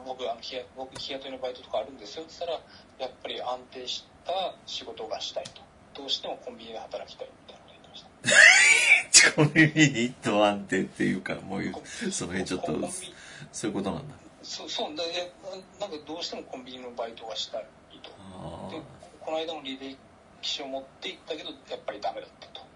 僕日雇いのバイトとかあるんですよって言ったら、やっぱり安定した仕事がしたいと。どうしてもコンビニで働きたいみたいなこと言ってました。 コンビニと安定っていうか、もうその辺ちょっとそういうことなんだ。 そうだね。なんかどうしてもコンビニのバイトがしたいと。でこの間の履歴書を持って行ったけどやっぱりダメだったと。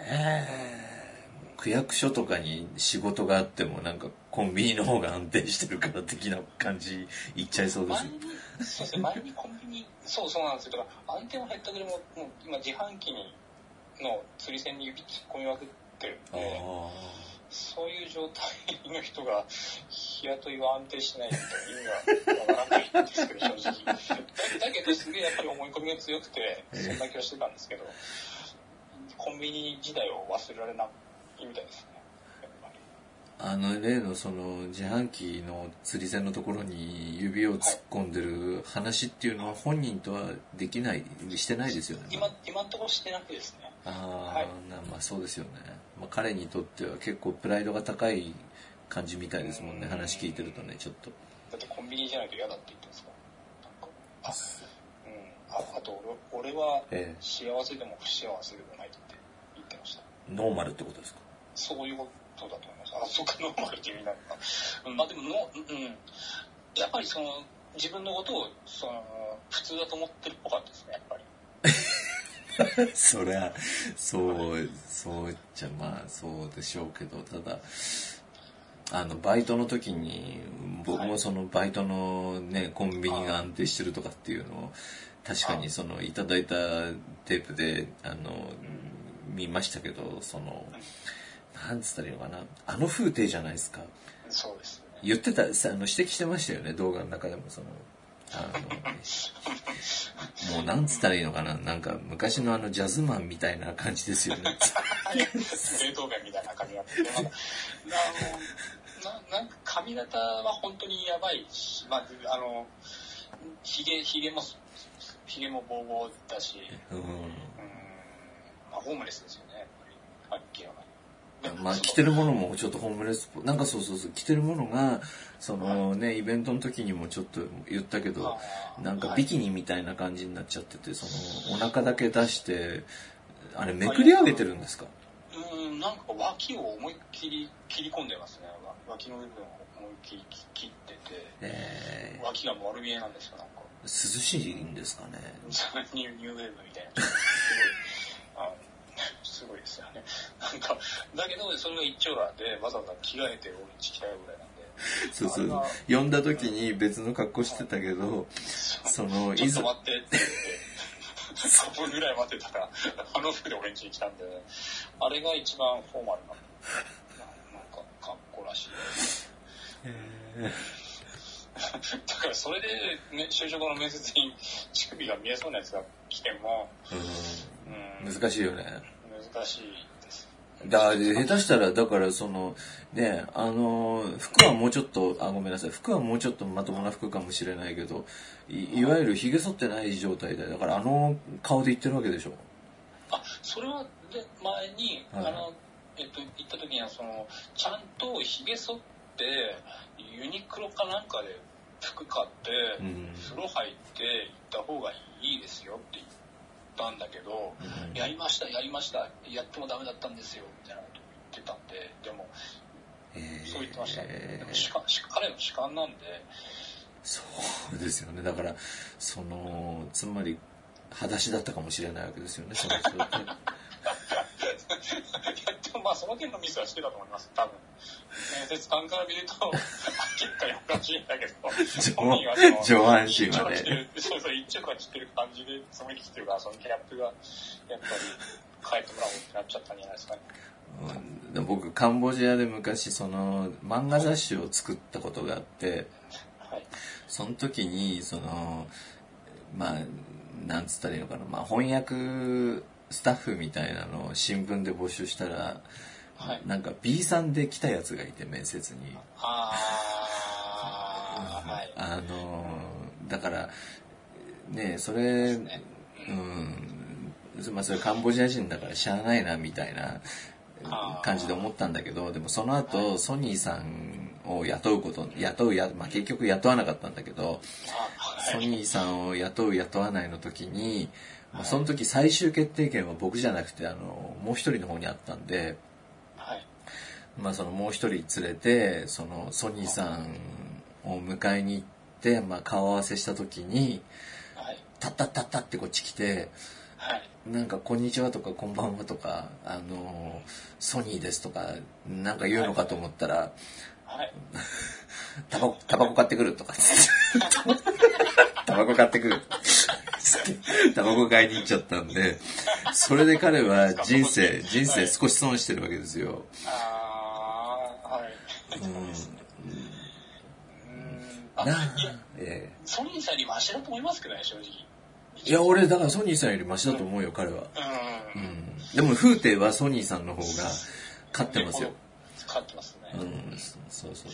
区役所とかに仕事があってもなんかコンビニの方が安定してるから的な感じ言っちゃいそうです。 そうですね。前にコンビニそうなんですよ。だから安定は減ったけどもう今自販機の釣り線に指突っ込みまくってるんで、そういう状態の人が日雇いは安定してないみたいな意味がわからないんですけど正直。だけどすげえやっぱり思い込みが強くてそんな気はしてたんですけど、コンビニ時代を忘れられないみたいですね。 例のその自販機の釣り線のところに指を突っ込んでる話っていうのは本人とはしてないですよね。 今のところしてなくですね。 まあそうですよね。彼にとっては結構プライドが高い感じみたいですもんね。話聞いてるとね、ちょっと。 だってコンビニじゃないと嫌だって言ってますか。あと俺は幸せでも不幸せでもないって言ってました。 ノーマルってことですか。 そういうことだと思います。そうか、ノーマルって意味なのか。まあでもやっぱりその自分のことを普通だと思ってるっぽかったですね、やっぱり。 そりゃそうじゃまあそうでしょうけど、ただバイトの時に僕もそのバイトのねコンビニが安定してるとかっていうのを確かにそのいただいたテープで見ましたけど、なんつったらいいのかな、風景じゃないですか。 そうですね。 言ってた指摘してましたよね、動画の中でももうなんつったらいいのかな、なんか昔のジャズマンみたいな感じですよね。 ベートーベンみたいな髪型で、なんか髪型は本当にやばいし、ひげもボーボーだし、ホームレスですよね、やっぱり明らかに。 着てるものもちょっとホームレスっぽい。なんかそう着てるものがイベントの時にもちょっと言ったけど、なんかビキニみたいな感じになっちゃってて、お腹だけ出してあれめくり上げてるんですか。 なんか脇を思いっきり切り込んでますね。脇の部分を思いっきり切ってて、脇が丸見えなんですよ。なんか涼しいんですかね。 ニューウェーブみたいな。すごいですよね。なんかだけどそれが一丁羅でわざわざ着替えて俺んち来たよぐらいなんで。 呼んだ時に別の格好してたけど、 ちょっと待ってって言って3分ぐらい待ってたら服で俺んちに来たんで、あれが一番フォーマルななんか格好らしい。だからそれで、ね、就職の面接に乳首が見えそうなやつが来ても、 難しいよね。 難しいです。 下手したらだからね、服はもうちょっとごめんなさい、服はもうちょっとまともな服かもしれないけど、いわゆるひげ剃ってない状態で、だから顔で言ってるわけでしょ。 それはで前に、行った時にはちゃんとひげ剃ってユニクロかなんかで服買って、風呂入って行った方がいいですよって言ったんだけど、やりましたやってもダメだったんですよみたいなこと言ってたんで、でも、そう言ってましたね。でも彼の主観なんで。 そうですよね。だからつまり裸足だったかもしれないわけですよね、その人って。 でもその件のミスはしてたと思います、多分。面接官から見ると結果におかしいんだけど、 上半身はね、 一丁が着てる感じでそのに来てるから、そのギャップがやっぱり変えてもらおうってなっちゃったんじゃないですかね。 僕カンボジアで昔漫画雑誌を作ったことがあって、その時になんつったらいいのかな、翻訳スタッフみたいなのを新聞で募集したら、なんか B さんで来たやつがいて、面接に。だからね、それ、それカンボジア人だからしゃあないなみたいな感じで思ったんだけど、でもその後、ソニーさんをまあ、結局雇わなかったんだけど、ソニーさんを雇わないの時に、まあ、その時最終決定権は僕じゃなくてもう一人の方にあったんで、まあ、そのもう一人連れてそのソニーさんを迎えに行って、まあ、顔合わせした時に、タッタッタッタってこっち来て、なんかこんにちはとかこんばんはとかソニーですとかなんか言うのかと思ったら、タバコ買ってくるとかタバコ買ってくるタバコ買いに行っちゃったんで、それで彼は人生少し損してるわけですよ。 ソニーさんにマシだと思いますけどね、正直。 いや、俺だからソニーさんよりマシだと思うよ、彼は。でも風景はソニーさんの方が勝ってますよ。 勝ってますね。 そうそう。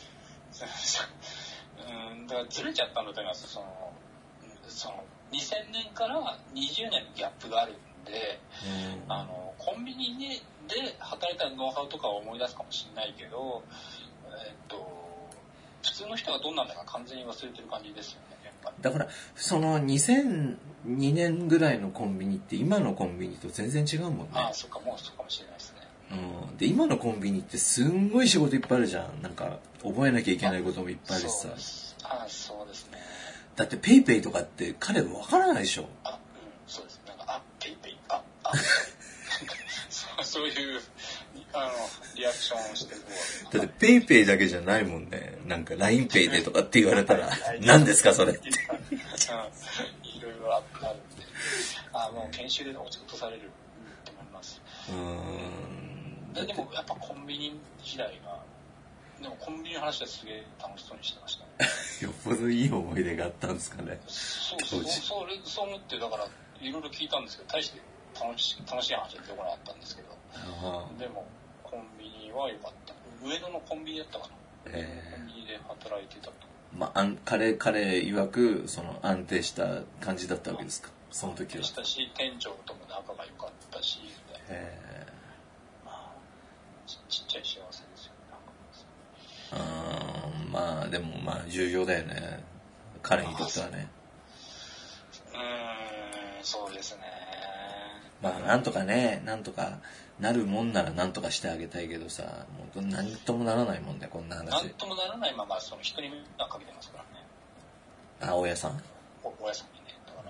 だからずれちゃったのと言いますと、その2000年から20年のギャップがあるんで、コンビニで働いたノウハウとかを思い出すかもしれないけど、普通の人がどんなんだか完全に忘れてる感じですよね。 だからその2002年ぐらいのコンビニって今のコンビニと全然違うもんね。 そっか、もうそうかもしれないですね。 で今のコンビニってすんごい仕事いっぱいあるじゃん。なんか覚えなきゃいけないこともいっぱいあるしさ。 そうですね。 だってペイペイとかって彼わからないでしょ。 そうです。なんかペイペイそういうリアクションをしてる方だってペイペイだけじゃないもんね。なんか LINEPay でとかって言われたら何ですかそれって。いろいろあるんで、もう研修で落とされると思います。でもやっぱコンビニ時代が、でもコンビニの話はすげえ楽しそうにしてましたね。 よっぽどいい思い出があったんですかね。 そう思って、だからいろいろ聞いたんですけど、大して楽しい話は出てこなかったんですけど、でもコンビニは良かった。上野のコンビニだったかな。コンビニで働いてたと。 まあ、彼曰くその安定した感じだったわけですか、その時は。 したし、店長とも仲が良かったし、ちっちゃい幸せですよね。 まあでもまあ重要だよね、彼にとってはね。 そうですね。 まあなんとかなるもんならなんとかしてあげたいけどさ、もう何ともならないもんね、こんな話。 何ともならないままその人に迷惑かけてますからね。 大家さん大家さんにね。だから、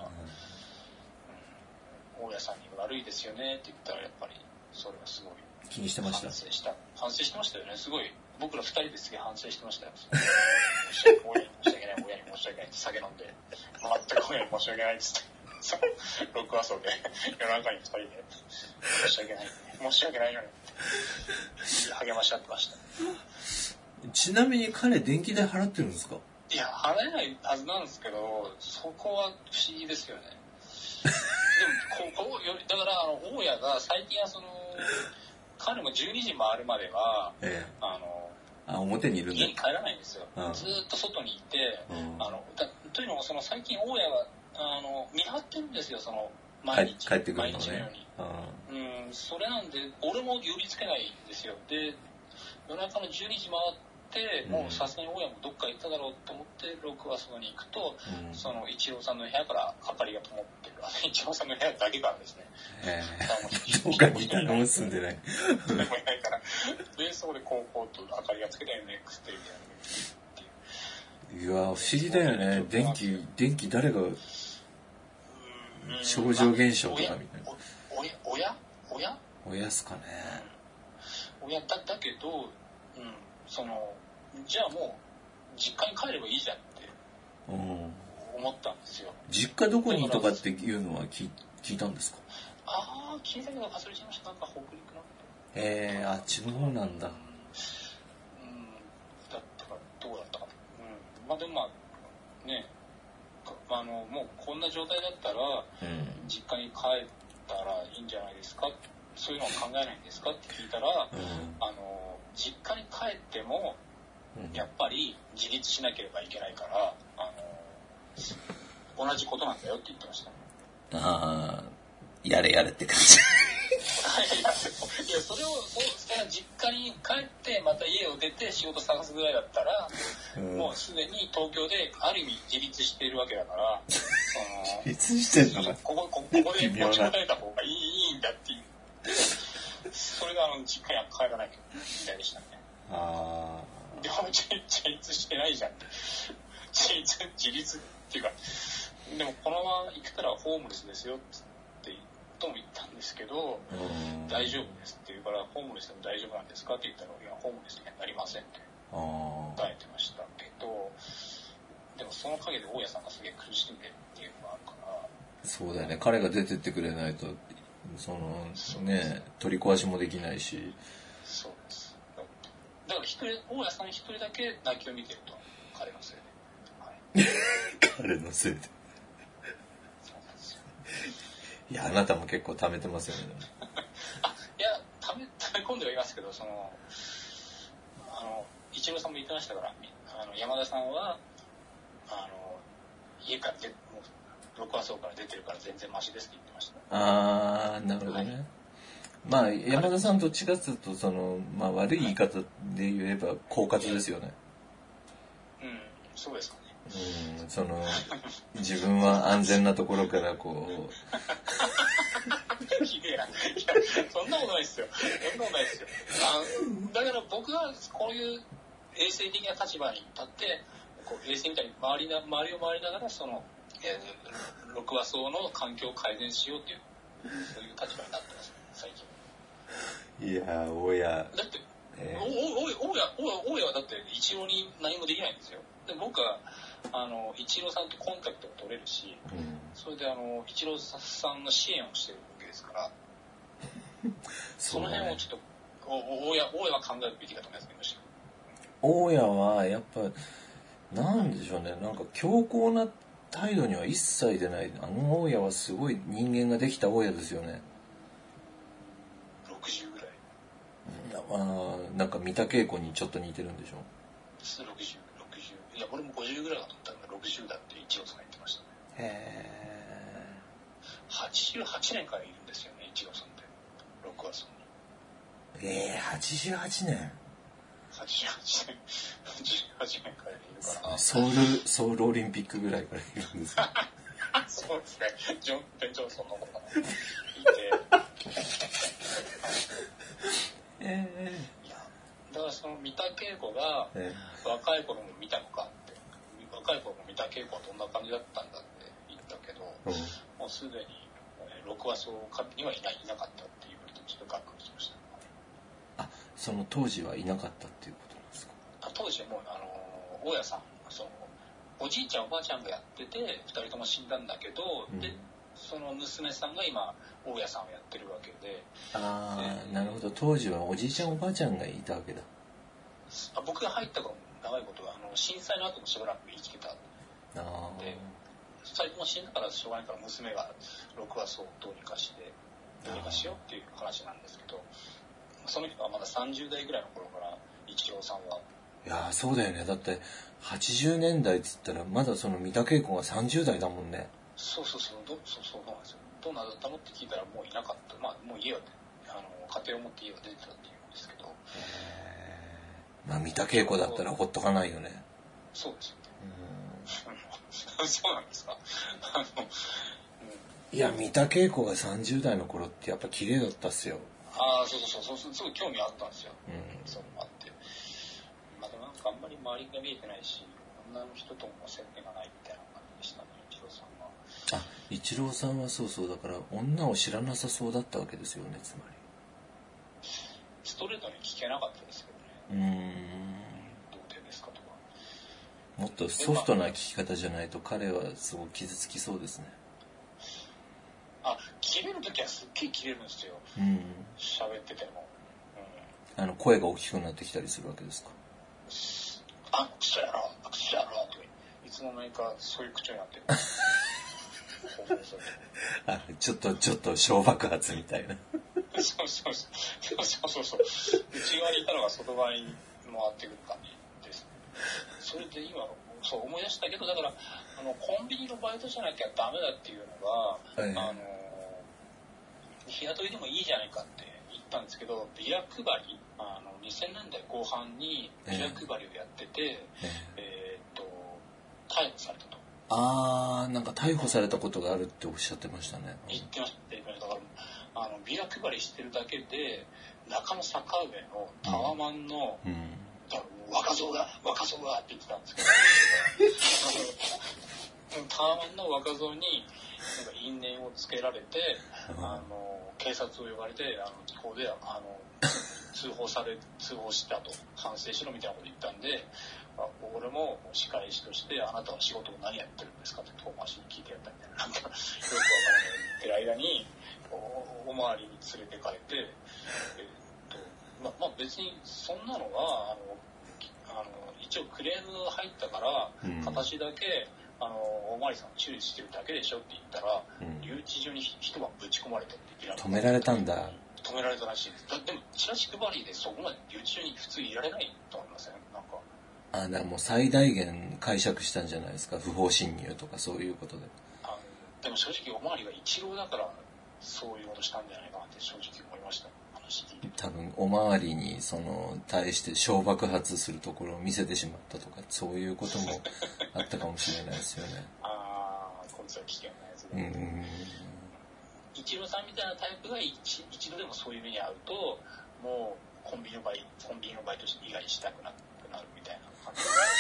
大家さんに悪いですよねって言ったらやっぱりそれはすごい気にしてました。 反省してましたよね。すごい僕ら2人ですげえ反省してましたよ。申し訳ない、親に申し訳ないって酒飲んで、全く親に申し訳ないっつって。6話層で夜中に2人で申し訳ないよね励まし合ってました。 ちなみに彼電気代払ってるんですか？ いや、払えないはずなんですけど、そこは不思議ですよね。でもだから大家が最近は彼も12時回るまでは、 表にいるんだ。 家に帰らないんですよ。ずっと外にいて、というのも最近大家が見張ってるんですよ、毎日。 帰ってくるのね。 毎日のように。それなんで、俺も呼びつけないんですよ。で、夜中の12時回って、もうさすがに大家もどっか行っただろうと思って、6話そに行くと、一郎さんの部屋から明かりが灯ってる。一郎さんの部屋だけからですね。 他に誰も住んでない。 誰もいないから。で、そこでこうと明かりがつけて NX テレビやる。 いや、不思議だよね。電気誰が、超常現象とかみたいな。親っすかね。 親だけど、じゃあもう実家に帰ればいいじゃんって思ったんですよ。 実家どこにとかっていうのは聞いたんですか？ 聞いたけど忘れちゃいました。なんか北陸の。 あっちの方なんだ。 だったかどうだったか。まあでもまあね。もうこんな状態だったら、実家に帰ったらいいんじゃないですか、そういうのは考えないんですかって聞いたら、実家に帰ってもやっぱり自立しなければいけないから、同じことなんだよって言ってました。 やれって感じ。 いや、それ実家に帰ってまた家を出て仕事探すぐらいだったら、もうすでに東京である意味自立しているわけだから、 自立してるのか。 ここで持ちこたえた方がいいんだっていう。それが実家には帰らないみたいでしたね。でも自立してないじゃん。自立っていうか、でもこのまま行くからホームレスですよってとも言ったんですけど、大丈夫ですって言うから、ホームレスでも大丈夫なんですかって言ったら、いやホームレスにはなりませんって答えてましたけど、でもその陰で大家さんがすげえ苦しんでるっていうのがあるから。そうだよね、 彼が出てってくれないとね取り壊しもできないし。 そうです。だから大家さん一人だけ泣きを見てると、彼のせいで、はい、 彼のせいで。いや、あなたも結構貯めてますよね。 いや、貯め込んではいますけど、一郎さんも言ってましたから、山田さんは家からもう6話層から出てるから全然マシですって言ってました。 なるほどね。はい、まあ山田さんどっちかというと悪い言い方で言えば狡猾ですよね。 そうですかね。 自分は安全なところからひでえな。いや、そんなことないですよ。だから僕はこういう衛生的な立場に立って、衛生みたいに周りを回りながら6話層の環境を改善しようっていう、そういう立場になってます、最近。 いや、大家。 だって、大家はだって一郎に何もできないんですよ。で、僕は一郎さんとコンタクトが取れるし、それで一郎さんの支援をしてるわけですから、その辺をちょっと大家は考えるべきだと思います。 大家はやっぱなんでしょうね、なんか強硬な態度には一切出ない。大家はすごい人間ができた大家ですよね。 60ぐらい。 なんか三田恵子にちょっと似てるんでしょ。 60。いや、俺も50ぐらいだと思ったから60だって一郎さんが言ってましたね。88年からいるんですよね、一郎さんって6話層に。 88年。 88年からいるから。 ソウルオリンピックぐらいからいるんですか。 そうですね。ベン・ジョンソンの方がいて。いや、だからその三田恵子が若い頃も見たのかって、若い頃も三田恵子はどんな感じだったんだって言ったけど、もうすでに6話層にはいなかったっていうことでちょっとがっくりしました。 その当時はいなかったっていうことなんですか。 当時はもう大家さん、おじいちゃんおばあちゃんがやってて2人とも死んだんだけど、でその娘さんが今大家さんをやってるわけで。 なるほど。当時はおじいちゃんおばあちゃんがいたわけだ。 僕が入った頃長いことは震災の後もしばらく生きてた。で2人とも死んだからしょうがないから娘が6話層をどうにかしようっていう話なんですけど、その人はまだ30代ぐらいの頃から一郎さんは。 いやそうだよね。だって80年代っつったらまだその三田恵子が30代だもんね。 そうなんですよ。どうなんだったのって聞いたらもういなかった。もう家は家庭を持って家は出てたっていうんですけど。 三田恵子だったらほっとかないよね。 そうですよね。そうなんですか。 いや三田恵子が30代の頃ってやっぱ綺麗だったっすよ。 そうすごい興味あったんですよ。そうあって。でもなんかあんまり周りが見えてないし、女の人とも接点がないみたいな感じでしたね、一郎さんは。 一郎さんはそうだから女を知らなさそうだったわけですよね、つまり。 ストレートに聞けなかったですけどね。童貞ですかとか。 もっとソフトな聞き方じゃないと彼はすごく傷つきそうですね。 切れるときはすっげえ切れるんですよ。喋ってても。 声が大きくなってきたりするわけですか。 クソ野郎とかいつの間にかそういう口調になってる。 ちょっと小爆発みたいな。 そう。内側にいたのが外側に回ってくる感じです。それで今思い出したけど、だからコンビニのバイトじゃなきゃダメだっていうのが、 日雇いでもいいじゃないかって言ったんですけど、ビラ配り、2000年代後半にビラ配りをやってて、逮捕されたと。 なんか逮捕されたことがあるっておっしゃってましたね。 言ってました。だからビラ配りしてるだけで中野坂上のタワマンの、若造がって言ってたんですけどタワマンの若造になんか因縁をつけられて警察を呼ばれてここで通報したと反省しろみたいなこと言ったんで、俺も仕返しとしてあなたは仕事を何やってるんですかって遠回しに聞いてやったみたいな、なんかよくわからない言ってる間におまわりに連れてかれて、まあ別にそんなのが一応クレームが入ったから、形だけおまわりさんを注意してるだけでしょって言ったら、留置所に一晩ぶち込まれたって止められたんだ。 止められたらしいです。でもチラシ配りでそこまで留置所に普通いられないと思いません？なんか。 だからもう最大限解釈したんじゃないですか。不法侵入とかそういうことで。 でも正直おまわりが一郎だからそういうことしたんじゃないかなって正直思いました。 多分おまわりに対して小爆発するところを見せてしまったとかそういうこともあったかもしれないですよね。 こいつは危険なやつで。一郎さんみたいなタイプが一度でもそういう目に遭うともうコンビニのバイト以外したくなくなるみたいな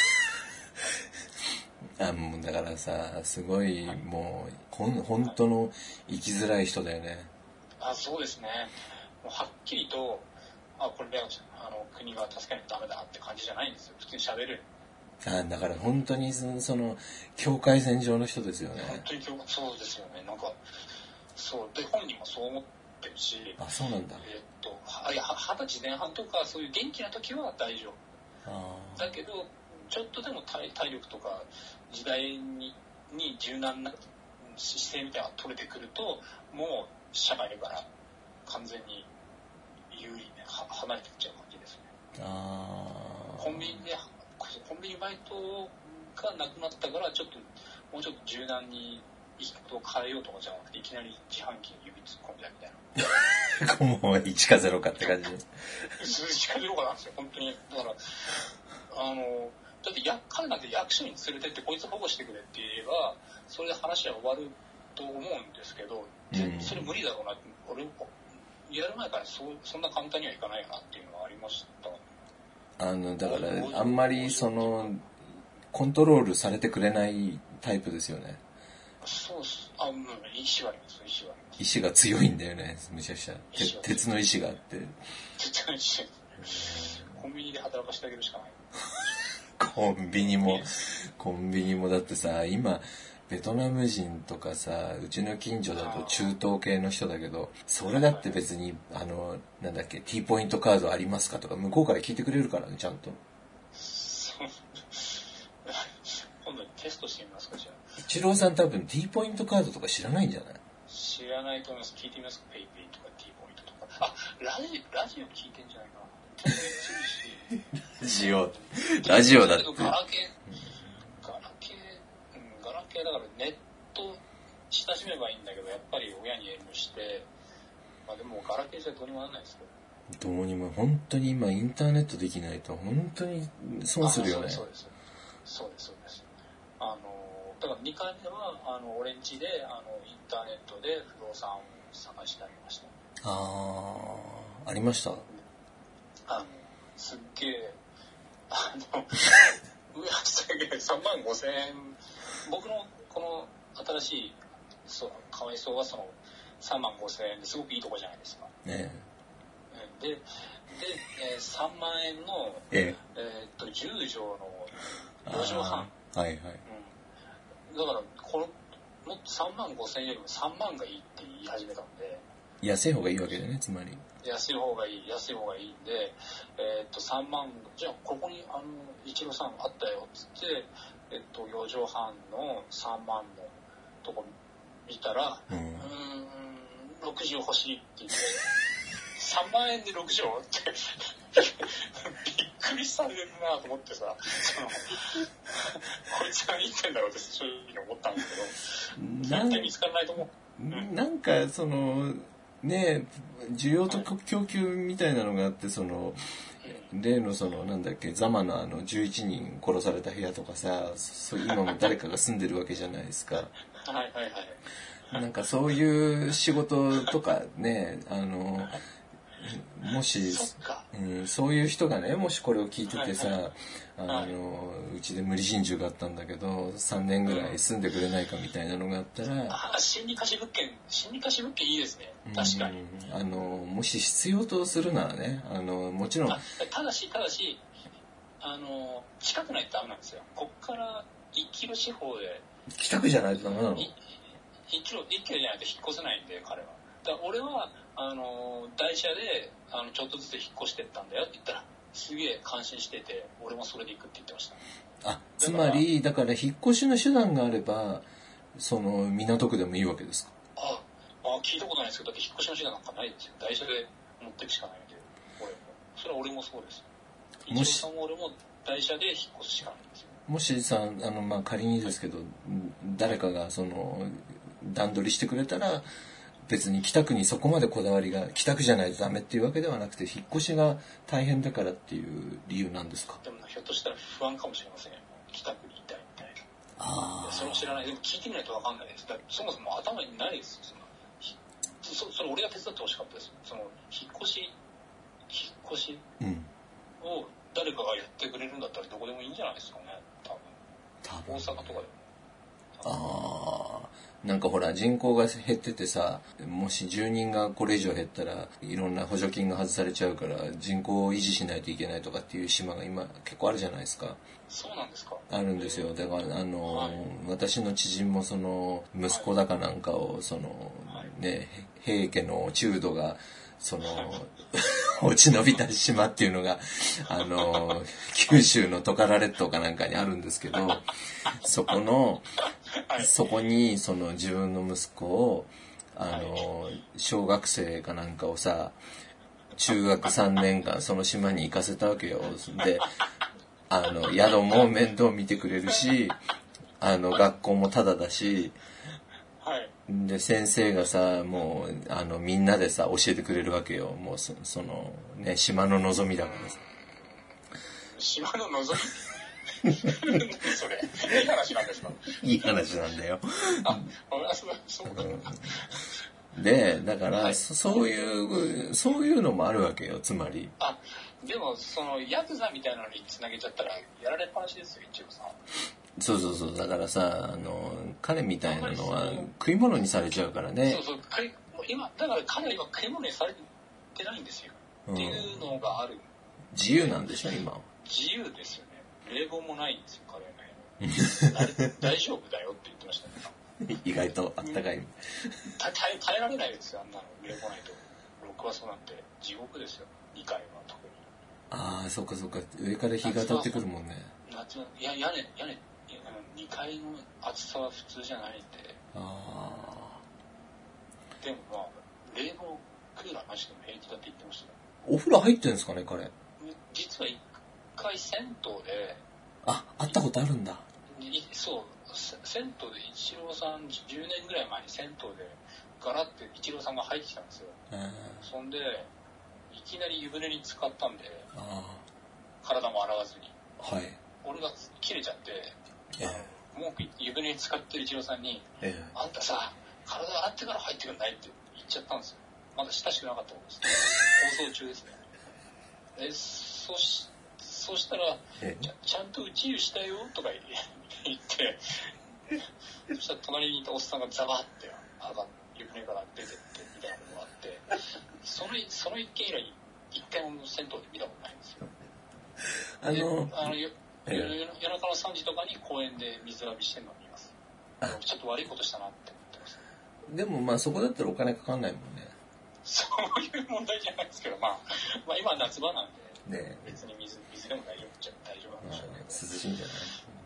感じ。 もうだからさすごいもう本当の生きづらい人だよね。 そうですね。もうはっきりとこれで国が助けないとダメだって感じじゃないんですよ。普通に喋る。 だから本当に境界線上の人ですよね。 本当にそうですよね。なんかそうで本人もそう思ってるし。 そうなんだ。 20歳前半とかそういう元気な時は大丈夫。だけどちょっとでも体力とか時代に柔軟な姿勢みたいなのが取れてくるともう社会から完全に有利に離れていっちゃう感じですね。コンビニバイトがなくなったからもうちょっと柔軟に生き方を変えようとかじゃなくていきなり自販機に指突っ込んだみたいな。 もう1か0かって感じ。 1か0かなんですよ本当に。だからだって彼なんて役所に連れてってこいつ保護してくれって言えばそれで話は終わると思うんですけど、それ無理だろうなって。俺やる前からそんな簡単にはいかないよなっていうのはありました。 だからあんまりコントロールされてくれないタイプですよね。 そうっす。意志はあります。 意志が強いんだよね。むちゃくちゃ鉄の意志があって。 鉄の意志。コンビニで働かせてあげるしかない。 コンビニもだってさ今ベトナム人とかさうちの近所だと中東系の人だけどそれだって別になんだっけ T ポイントカードありますかとか向こうから聞いてくれるからねちゃんと。 今度テストしてみますかじゃあ。 一郎さん多分 T ポイントカードとか知らないんじゃない？ 知らないと思います。聞いてみますか。ペイペイとか T ポイントとか。ラジオ聞いてんじゃないかな。 ラジオだって。 ガラケーだからネット親しめばいいんだけどやっぱり親に遠慮して、でもガラケーじゃどうにもならないですけど。どうにも本当に今インターネットできないと本当に損するよね。 そうです。だから2回目は俺ん家でインターネットで不動産を探してあげました。 ありました。 すっげえ35000円僕のこの新しいかわいそうは35000円ですごくいいとこじゃないですか。 ねで3万円の10畳の4畳半。だからもっと3万5000円よりも3万がいいって言い始めたんで。 安い方がいいわけだねつまり。 安い方がいいんで、3万じゃあここに一郎さんあったよっつって4畳半の3万のとこ見たら、6畳欲しいって言って3万円で6畳ってびっくりされるなと思ってさこいつが言ってんだろうって正直思ったんですけど絶対見つからないと思う。 なんかね、需要と供給みたいなのがあって、その例のそのなんだっけ、ザマの11人殺された部屋とかさ、今も誰かが住んでるわけじゃないですか。 はいはいはい。 なんかそういう仕事とかね、もし、そういう人がね、もしこれを聞いててさ、うちで無理心中があったんだけど、3年ぐらい住んでくれないかみたいなのがあったら、 心理貸し物件いいですね。確かに。 もし必要とするならね、もちろん。 ただし、近くないとダメなんですよ。こっから1キロ四方で。 北区じゃないとダメなの？1 キロじゃないと引っ越せないんで、彼は。だから俺は、台車で、ちょっとずつ引っ越してったんだよって言ったら、すげえ感心してて、俺もそれで行くって言ってました。 つまり、だから引っ越しの手段があれば、その、港区でもいいわけですか？ 聞いたことないですけど、だって引っ越しの手段なんかないですよ。台車で持っていくしかないんで、それは俺もそうです。一応さんも俺も台車で引っ越すしかないんですよ。 もしさ、仮にですけど、誰かがその、段取りしてくれたら、別に北区にそこまでこだわりが、北区じゃないとダメっていうわけではなくて、引っ越しが大変だからっていう理由なんですか？ でもひょっとしたら不安かもしれませんよ。北区にいたいみたいな。それも知らない。でも聞いてみないと分かんないです。そもそも頭にないですよ。それ俺が手伝ってほしかったです。その引っ越しを誰かがやってくれるんだったらどこでもいいんじゃないですかね。多分大阪とかでも。 なんかほら人口が減っててさ、もし住人がこれ以上減ったらいろんな補助金が外されちゃうから人口を維持しないといけないとかっていう島が今結構あるじゃないですか。 そうなんですか？ あるんですよ。だから私の知人もその息子だかなんかをそのね、平家の中度がその落ち延びた島っていうのが九州のトカラ列島かなんかにあるんですけど、そこにその自分の息子を小学生かなんかをさ、中学3年間その島に行かせたわけよ。で宿も面倒見てくれるし、学校もタダだし、で先生がさ、もうみんなでさ教えてくれるわけよ。もうそのね、島の望みだからさ。 島の望みそれいい話なんですか？ いい話なんだよ。で、だから、そういうのもあるわけよ、つまり。 でもそのヤクザみたいなのにつなげちゃったらやられっぱなしですよ、一応さ。 そうだからさ、彼みたいなのは食い物にされちゃうからね。 だから彼は今食い物にされてないんですよ、っていうのがある。 自由なんでしょ今は。 自由ですよね。冷房もないんですよ、彼はね。大丈夫だよって言ってましたね。 意外とあったかい。 耐えられないですよ、あんなの冷房ないと。6はそうなんて地獄ですよ、2階は特に。 そっか上から日が当たってくるもんね。 屋根2階の暑さは普通じゃないんで。でも冷房クーラーなしでも平気だって言ってましたよ。 お風呂入ってるんですかね、彼。 実は1回銭湯で会ったことあるんだ。 そう、銭湯でイチローさん10年ぐらい前に銭湯でガラってイチローさんが入ってきたんですよ。そんでいきなり湯船に浸かったんで、体も洗わずに、俺が切れちゃって、文句湯船に浸かってるイチローさんに、あんたさ、体洗ってから入ってくんないって言っちゃったんですよ。まだ親しくなかったことです。放送中ですね。そしたら、ちゃんと宇宙したよとか言って、そしたら隣にいたおっさんがザバって湯船から出てってみたいなのがあって、その一件以来一回も銭湯で見たことないんですよ。夜中の3時とかに公園で水浴びしてるのを見ます。ちょっと悪いことしたなって思ってます。 でもそこだったらお金かかんないもんね。 そういう問題じゃないですけど、今は夏場なんで、 ね、 別に水でも大丈夫っちゃ大丈夫なんでしょうね。 涼しいんじゃない？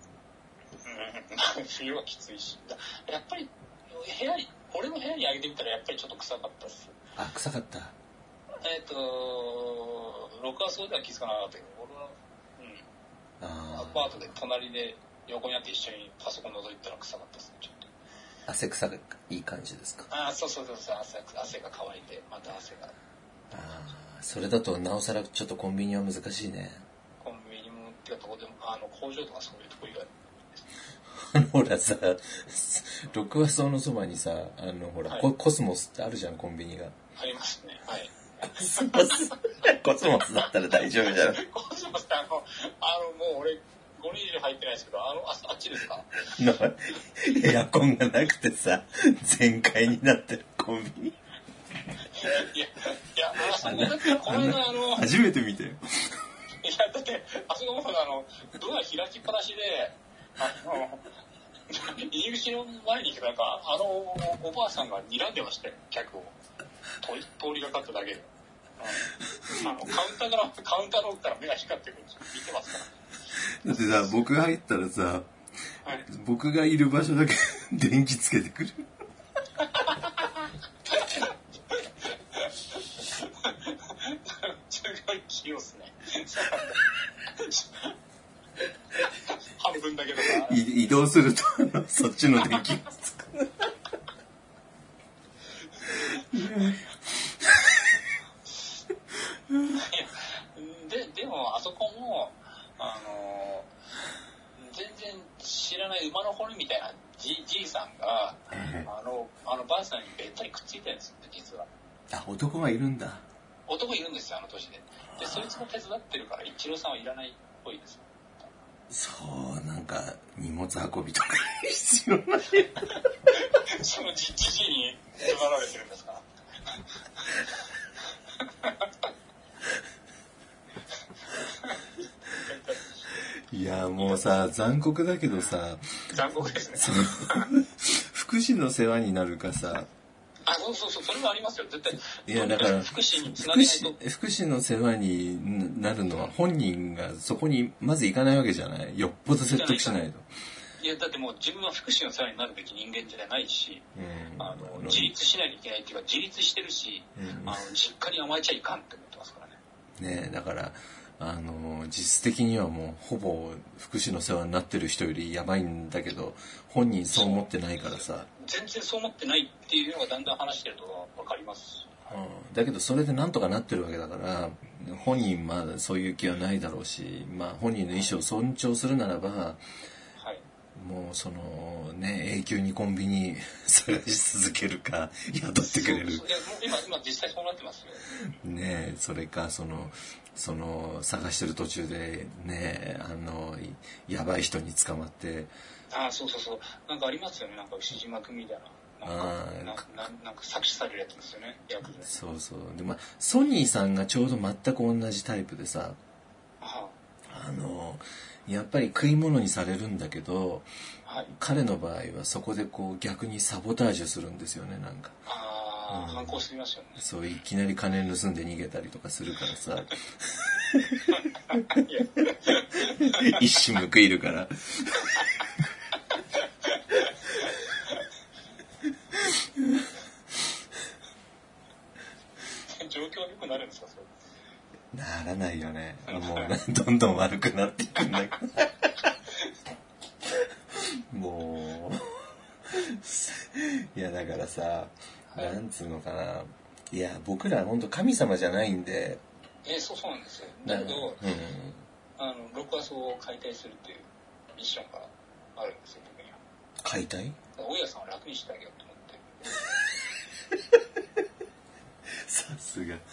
冬はきついし。やっぱり俺の部屋にあげてみたらやっぱりちょっと臭かったっす。 臭かった。 録画そうでは気づかなかったけど、俺は、アパートで隣で横にあって一緒にパソコン覗いたら臭かったっすね、ちょっと。 汗臭がいい感じですか？ そう、汗が乾いて、また汗が。 それだとなおさらちょっとコンビニは難しいね。 コンビニもっていうとこでも、工場とかそういうとこ以外。 ほらさ、六和荘のそばにさ、ほら、はい、コスモスってあるじゃん、コンビニが。 ありますね、はい。 コスモスだったら大丈夫じゃん。 コスモスってもう俺、5人以上入ってないですけど、あっちですか？ エアコンがなくてさ、全開になってるコンビニ。 いや、そこだってこの間初めて見たよ。 いや、だって、あそこもドア開きっぱなしで、入り口の前になんか、おばあさんが睨んでましたよ、客を。通りがかっただけで。カウンターの奥から目が光ってくるんですよ。見てますから。 だってさ、僕が入ったらさ、はい、僕がいる場所だけ電気つけてくる。 すごい器用っすね。半分だけとか。 移動するとそっちの電気がつく。 でもあそこも全然知らない馬の骨みたいなじいさんがばあさんにべったりくっついてるんですよ実は。 男がいるんだ。 男いるんですよ年で。でそいつも手伝ってるから一郎さんはいらないっぽいです。 そうなんか荷物運びとか必要ない。 そのじじいに配られてるんですか？ いやもうさ残酷だけどさ。 残酷ですね。 福祉の世話になるかさ。 そうそれもありますよ絶対。 いやだから福祉につなげないと。 福祉の世話になるのは本人がそこにまず行かないわけじゃない。よっぽど説得しないと。 いやだってもう自分は福祉の世話になるべき人間じゃないし、自立しないといけないっていうか自立してるし、実家に甘えちゃいかんって思ってますからね。 ねえだから実質的にはもうほぼ福祉の世話になってる人よりやばいんだけど本人そう思ってないからさ。 全然そう思ってないっていうのがだんだん話してると分かります。 だけどそれでなんとかなってるわけだから本人まだそういう気はないだろうし、本人の意思を尊重するならば、もうそのね永久にコンビニ探し続けるか雇ってくれる。 今実際そうなってますよ。 ねそれかその探してる途中でねやばい人に捕まって。 そうなんかありますよね。なんか牛島君みたいな。なんか搾取されるやつですよね。 そうでソニーさんがちょうど全く同じタイプでさ。やっぱり食い物にされるんだけど、彼の場合はそこでこう逆にサボタージュするんですよねなんか。 反抗してみますよね。 そういきなり金盗んで逃げたりとかするからさ。一矢報いるから。 状況良くなるんですかそれ。 ならないよね。もうどんどん悪くなっていくんだけど。もういやだからさ、なんつうのかな。いや僕ら本当神様じゃないんで。 そうなんですよ。だけど、6和荘を解体するっていうミッションがあるんですよ僕には。 解体？ 大家さんを楽にしてあげようと思って。 さすが。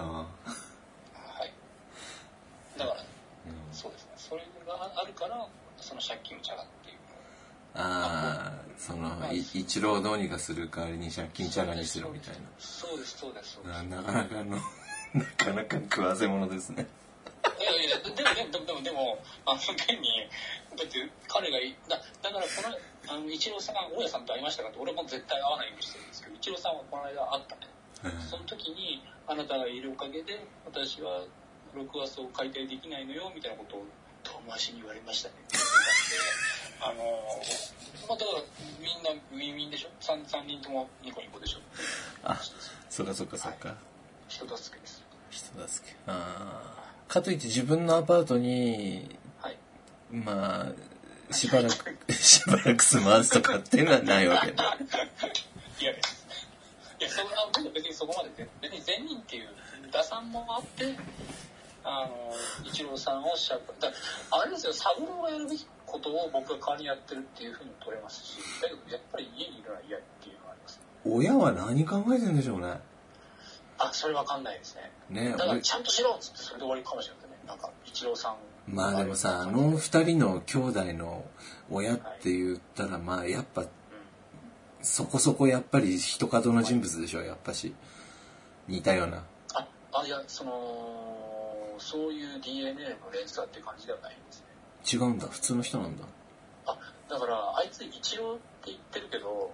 だから、そうですね。それがあるからその借金をチャラっていう。 その一郎をどうにかする代わりに借金チャラにするみたいな。 そうです。 なかなか食わせ者ですね。 いやでも現にだって彼がだからこの一郎さん大家さんと会いましたかって俺も絶対会わないようにしてるんですけど一郎さんはこの間会ったね。その時にあなたがいるおかげで私は6和荘を解体できないのよみたいなことを遠回しに言われましたね。だからみんなウィンウィンでしょ。3人ともニコニコでしょ。 そうか。人助けです。 人助け。かといって自分のアパートに、 しばらく住まわすとかっていうのはないわけね。 いや、別にそこまで、別に善人っていう打算もあって、一郎さんをあれですよ、三郎がやるべきことを僕が代わりにやってるっていうふうに取れますし、だけどやっぱり家にいるのは嫌っていうのがあります。 親は何考えてるんでしょうね。 それわかんないですね。 ね、 だからちゃんとしろっつってそれで終わりかもしれないね。なんか一郎さん。 まあでもさ、二人の兄弟の親って言ったら、まあやっぱ、そこそこやっぱり一角の人物でしょ、やっぱし。似たような。 いや、そういう DNA の連鎖って感じではないんですね。 違うんだ、普通の人なんだ。 だからあいつ一郎って言ってるけど、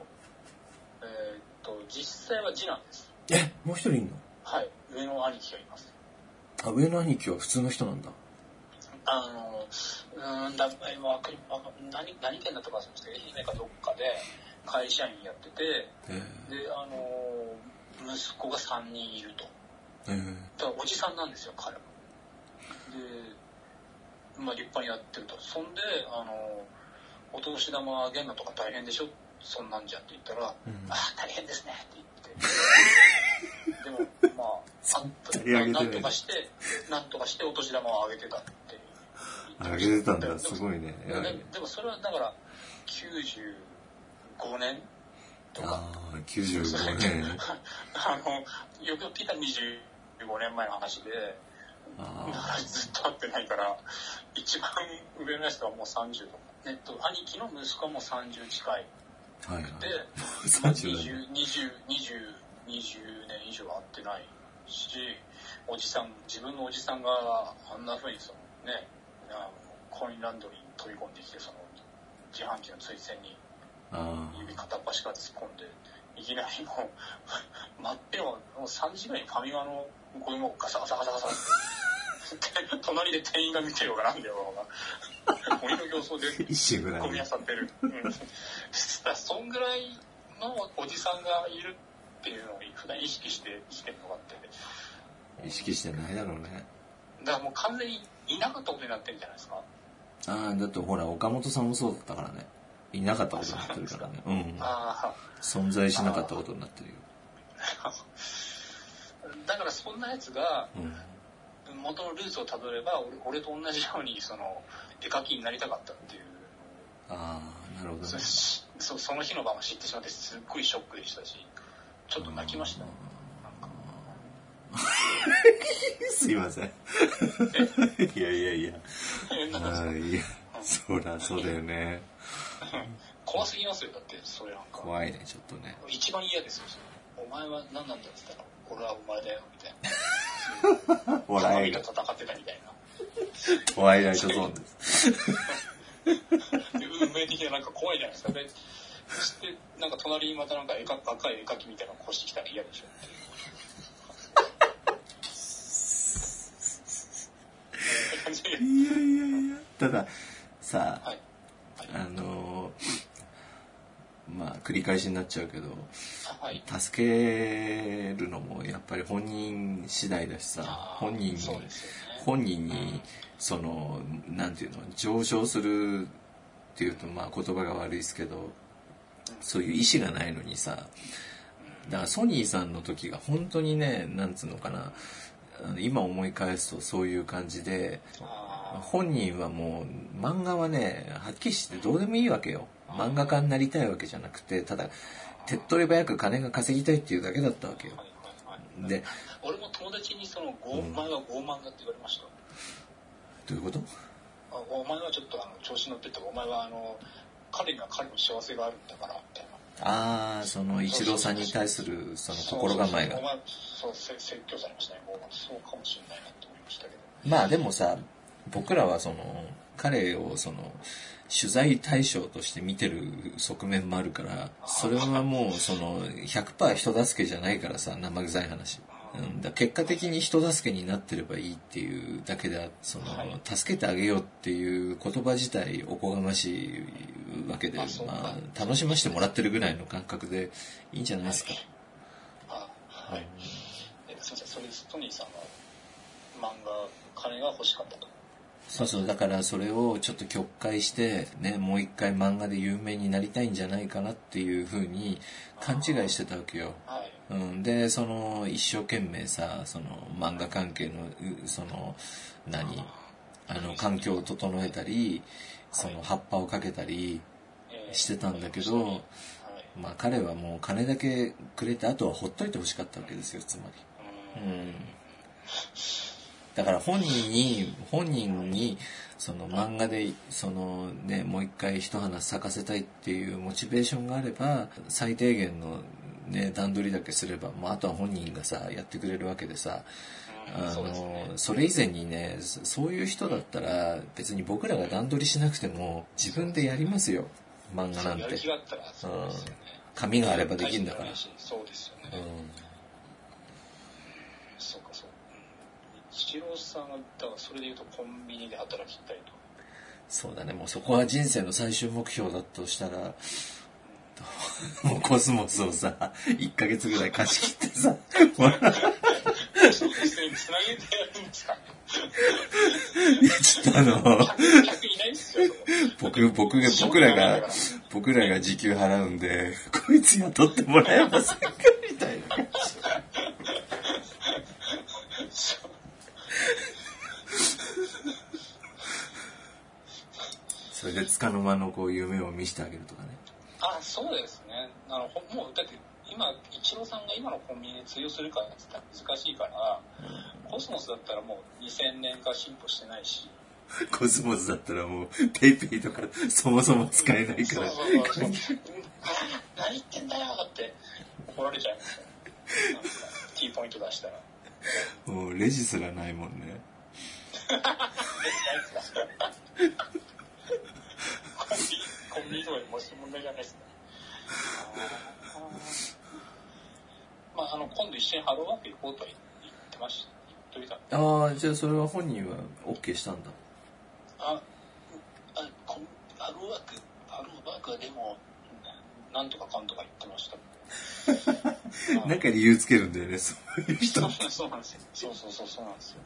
実際は次男です。 もう一人いんの？ はい、上の兄貴がいます。 上の兄貴は普通の人なんだ。 何県だったか忘れましたけど、愛媛かどっかで会社員やってて、で、息子が3人いると。だからおじさんなんですよ、彼は。で、立派にやってると。そんで、お年玉あげんのとか大変でしょ、そんなんじゃって言ったら、大変ですねって言って。でも、なんとかしてお年玉をあげてたって言って。 あげてたんだ、すごいね。 でもそれはだから95年とか。 95年。 よく聞いたら25年前の話で、ずっと会ってないから、一番上のやつはもう30とか。兄貴の息子はもう30近い。で、20年以上会ってないし、自分のおじさんがあんな風にコインランドリーに飛び込んできて、自販機の追跡に指片っ端から突っ込んで、いきなりもう、真っ平もう3時ぐらいにファミマのゴミをガサガサガサガサって、隣で店員が見てようがなんだよ、鬼の形相でゴミ屋さん出る。そんぐらいのおじさんがいるっていうのを普段意識して生きてるのかって。 意識してないだろうね。 だからもう完全にいなかったことになってるんじゃないですか。 だってほら、岡本さんもそうだったからね。いなかったことになってるからね。存在しなかったことになってるよ。 だからそんなやつが、元のルーツをたどれば、俺と同じように絵描きになりたかったっていう。 なるほどね。 その日の晩は知ってしまってすっごいショックでしたし、ちょっと泣きました。 すいません。いや。そうだよね。 怖すぎますよ、だってそれなんか。 怖いね、ちょっとね。 一番嫌ですよ。お前は何なんだって言ったら、俺はお前だよみたいな。 ホラー映画。 戦ってたみたいな。 ホワイライトゾーンです。 運命的ななんか怖いじゃないですか。で、そしてなんか隣にまたなんか赤い絵描きみたいなの越してきたら嫌でしょ。 いや。たださ、繰り返しになっちゃうけど、助けるのもやっぱり本人次第だしさ、本人になんていうの、上昇するっていうと言葉が悪いですけど、そういう意志がないのにさ、だからソニーさんの時が本当にね、なんつうのかな、今思い返すとそういう感じで、本人はもう漫画はね、はっきりしてどうでもいいわけよ。漫画家になりたいわけじゃなくて、ただ手っ取り早く金が稼ぎたいっていうだけだったわけよ。で、 俺も友達にお前は傲慢だって言われました。 どういうこと？ お前はちょっと調子乗ってて、お前は彼には彼の幸せがあるんだからみたいな。 一郎さんに対する心構えが。 説教されましたね。そうかもしれないなと思いましたけど。 でもさ、僕らは彼を取材対象として見てる側面もあるから、それはもう100% 人助けじゃないからさ、生臭い話。結果的に人助けになってればいいっていうだけで、助けてあげようっていう言葉自体おこがましいわけで、楽しませてもらってるぐらいの感覚でいいんじゃないですか。 はい。すみません、それでトニーさんは漫画金が欲しかったと。 そうそう、だからそれをちょっと曲解してね、もう一回漫画で有名になりたいんじゃないかなっていう風に勘違いしてたわけよ。うん、でその一生懸命さ、その漫画関係のその環境を整えたり、その葉っぱをかけたりしてたんだけど、まあ彼はもう金だけくれて、あとはほっといてほしかったわけですよ、つまり。うん。だから本人にその漫画でそのね、もう一回一花咲かせたいっていうモチベーションがあれば、最低限のね段取りだけすれば、もうあとは本人がさやってくれるわけでさ、それ以前にね、そういう人だったら別に僕らが段取りしなくても自分でやりますよ、漫画なんて。 やる気があったらそうですよね。 紙があればできるんだから。 そうですよね。そうかそう。一郎さんはだからそれでいうとコンビニで働きたいと。 そうだね、もうそこは人生の最終目標だとしたら、もうコスモスをさ1ヶ月ぐらい貸し切ってさそうですね、つなげてやるんですか。 いやちょっと客いないっすよ。 僕らが時給払うんで、こいつ雇ってもらえませんかみたいな感じ。それで束の間のこう夢を見せてあげるとかね。 あ、そうですね。もうだって今一郎さんが今のコンビニで通用するかって言ったら難しいから、コスモスだったらもう2000年か進歩してないし。 コスモスだったらもうペイペイとかそもそも使えないから。 そう何言ってんだよって怒られちゃいますよ。なんか T ポイント出したら。 もうレジすらないもんね。 コンビニとかにもし問題じゃないですか。まあ今度一緒にハローワーク行こうと言ってました。言っといた。 ああ、じゃあそれは本人は OK したんだ。 ハローワークはでもなんとかかんとか言ってました。 なんか理由つけるんだよね、そういう人。 そうなんですよ。そうなんですよ。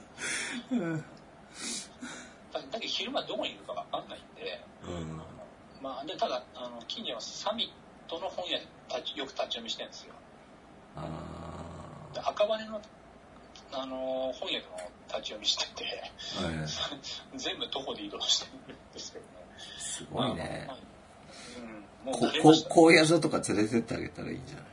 だけど昼間どこにいるかわかんないんで、まあでただ近年はサミットの本屋でよく立ち読みしてるんですよ。赤羽の本屋でも立ち読みしてて、全部徒歩で移動してるんですけどね。 すごいね。 もう高野座とか連れてってあげたらいいんじゃない？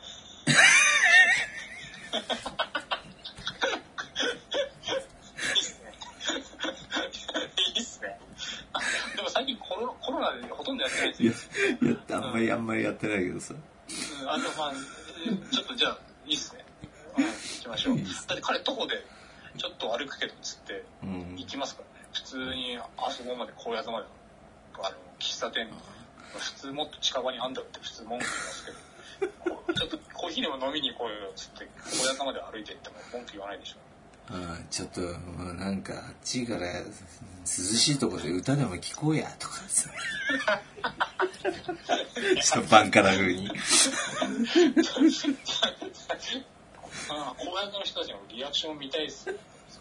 いいっすね。でも最近コロナでほとんどやってないですよ。 あんまりやってないけどさ。 まあちょっとじゃあいいっすね。行きましょう。だって彼徒歩でちょっと歩くけどっつって行きますからね。普通にあそこまで高野座まで喫茶店普通もっと近場にあんだって普通文句言いますけど、ちょっとコーヒーでも飲みに行こうよっつって高野座まで歩いて行っても文句言わないでしょ。 ちょっとなんかあっちから涼しいところで歌でも聴こうやとかさ。ちょっとバンカラ風に。 高野座の人たちのリアクションを見たいっす。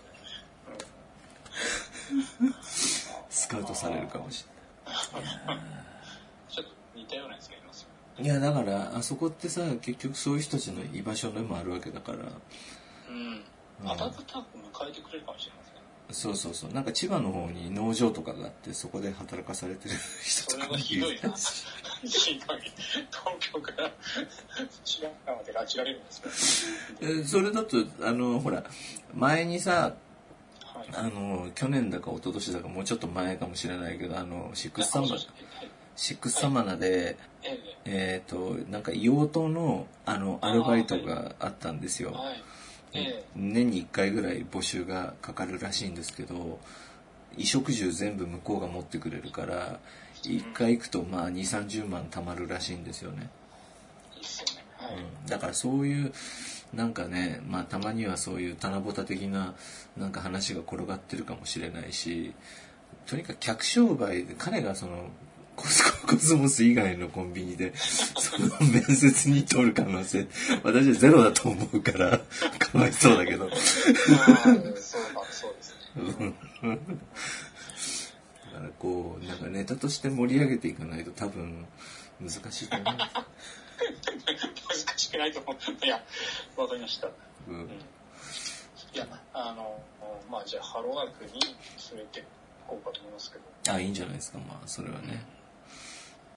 スカウトされるかもしれない。 ちょっと似たようなやつがいますよ。 いやだからあそこってさ、結局そういう人たちの居場所でもあるわけだから。 暖かく迎えてくれるかもしれません。 そうなんか千葉の方に農場とかがあってそこで働かされてる人とかもいる。 それはひどいな。東京から白川まで拉致られるんですか。 それだとほら前にさ、去年だか一昨年だかもうちょっと前かもしれないけどシックスサマナで、なんか硫黄島のアルバイトがあったんですよ。年に1回ぐらい募集がかかるらしいんですけど、衣食住全部向こうが持ってくれるから1回行くとまあ 2,30 万貯まるらしいんですよね。 いいっすよね。 だからそういうなんかね、まあたまにはそういう棚ぼた的ななんか話が転がってるかもしれないし、とにかく客商売で彼がそのコスモス以外のコンビニでその面接に取る可能性私はゼロだと思うからかわいそうだけど。 そうですね。 からこうなんかネタとして盛り上げていかないと多分難しいと思う。難しくないと思う。いや、わかりました。 うん。 いや、まあじゃあハローワークに連れて行こうかと思いますけど。 いいんじゃないですか、まあそれはね。